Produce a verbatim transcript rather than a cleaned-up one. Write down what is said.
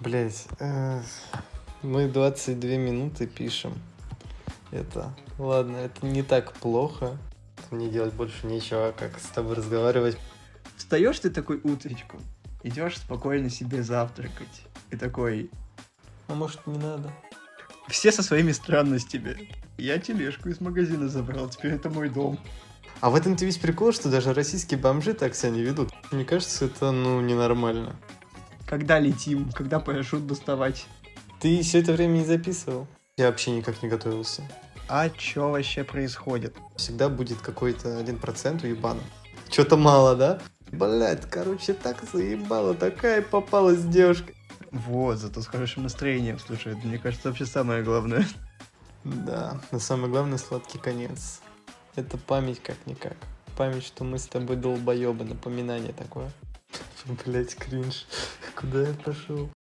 Блять, мы двадцать две минуты пишем. Это, ладно, это не так плохо. Мне делать больше нечего, как с тобой разговаривать. Встаешь ты такой утречку, идешь спокойно себе завтракать. И такой... А может, не надо? Все со своими странностями. Я тележку из магазина забрал, теперь это мой дом. А в этом-то весь прикол, что даже российские бомжи так себя не ведут. Мне кажется, это, ну, ненормально. Когда летим, когда парашют доставать. Ты все это время не записывал? Я вообще никак не готовился. А чё вообще происходит? Всегда будет какой-то один процент уебана. Чё-то мало, да? Блять, короче, так заебало, такая попалась девушка. Вот, зато с хорошим настроением, слушай, это, мне кажется, вообще самое главное. Да, но самое главное — сладкий конец. Это память как-никак. Память, что мы с тобой долбоебы, напоминание такое. Блять, кринж. Куда я пошел?